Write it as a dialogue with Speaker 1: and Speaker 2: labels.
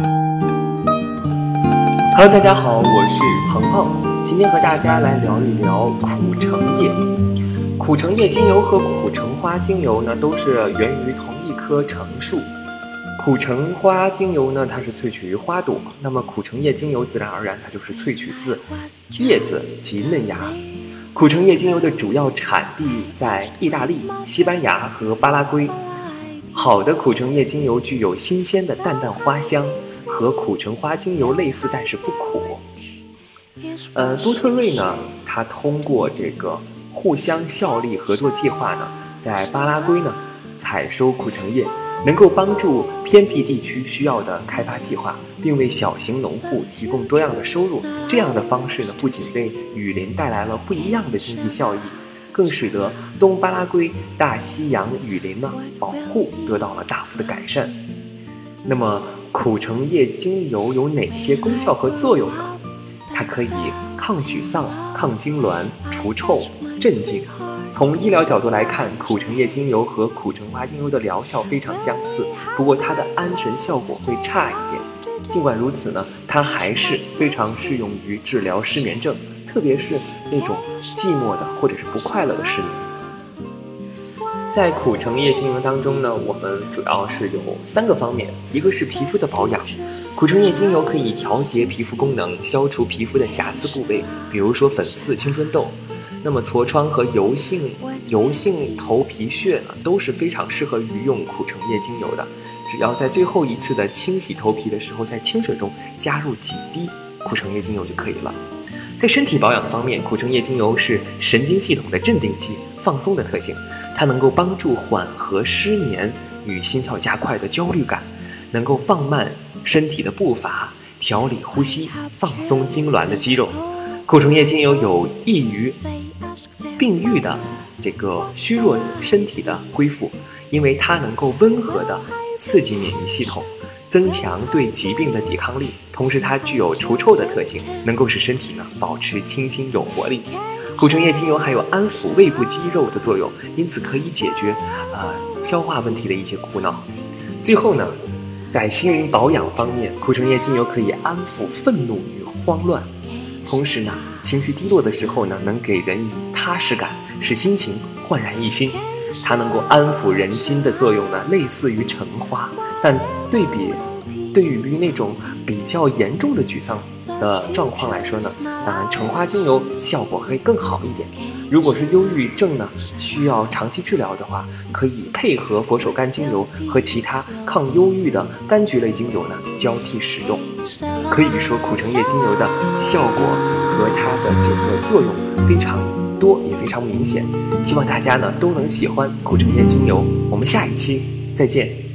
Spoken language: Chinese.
Speaker 1: Hello， 大家好，我是鹏鹏，今天和大家来聊一聊苦橙叶。苦橙叶精油和苦橙花精油呢，都是源于同一棵橙树。苦橙花精油呢，它是萃取于花朵，那么苦橙叶精油自然而然它就是萃取自叶子及嫩芽。苦橙叶精油的主要产地在意大利、西班牙和巴拉圭。好的苦橙叶精油具有新鲜的淡淡花香，和苦橙花精油类似，但是不苦。多特瑞呢，他通过这个互相效力合作计划呢，在巴拉圭呢采收苦橙叶，能够帮助偏僻地区需要的开发计划，并为小型农户提供多样的收入。这样的方式呢，不仅为雨林带来了不一样的经济效益，更使得东巴拉圭大西洋雨林呢保护得到了大幅的改善。那么苦橙叶精油有哪些功效和作用呢？它可以抗沮丧、抗痉挛、除臭、镇静。从医疗角度来看，苦橙叶精油和苦橙花精油的疗效非常相似，不过它的安神效果会差一点。尽管如此呢，它还是非常适用于治疗失眠症，特别是那种寂寞的或者是不快乐的失眠。在苦橙叶精油当中呢，我们主要是有3个方面，一个是皮肤的保养。苦橙叶精油可以调节皮肤功能，消除皮肤的瑕疵部位，比如说粉刺、青春痘。那么痤疮和油性头皮屑呢，都是非常适合于用苦橙叶精油的。只要在最后一次的清洗头皮的时候，在清水中加入几滴苦橙叶精油就可以了。在身体保养方面，苦橙叶精油是神经系统的镇定剂、放松的特性，它能够帮助缓和失眠与心跳加快的焦虑感，能够放慢身体的步伐，调理呼吸，放松痉挛的肌肉。苦橙叶精油有益于病愈的这个虚弱身体的恢复，因为它能够温和的刺激免疫系统，增强对疾病的抵抗力，同时它具有除臭的特性，能够使身体呢保持清新有活力。苦橙叶精油还有安抚胃部肌肉的作用，因此可以解决消化问题的一些苦恼。最后呢，在心灵保养方面，苦橙叶精油可以安抚愤怒与慌乱，同时呢，情绪低落的时候呢，能给人以踏实感，使心情焕然一新。它能够安抚人心的作用呢，类似于橙花，但对于那种比较严重的沮丧的状况来说呢，当然橙花精油效果会更好一点。如果是忧郁症呢，需要长期治疗的话，可以配合佛手柑精油和其他抗忧郁的柑橘类精油呢交替使用。可以说苦橙叶精油的效果和它的这个作用非常多，也非常明显。希望大家呢都能喜欢苦橙叶精油。我们下一期再见。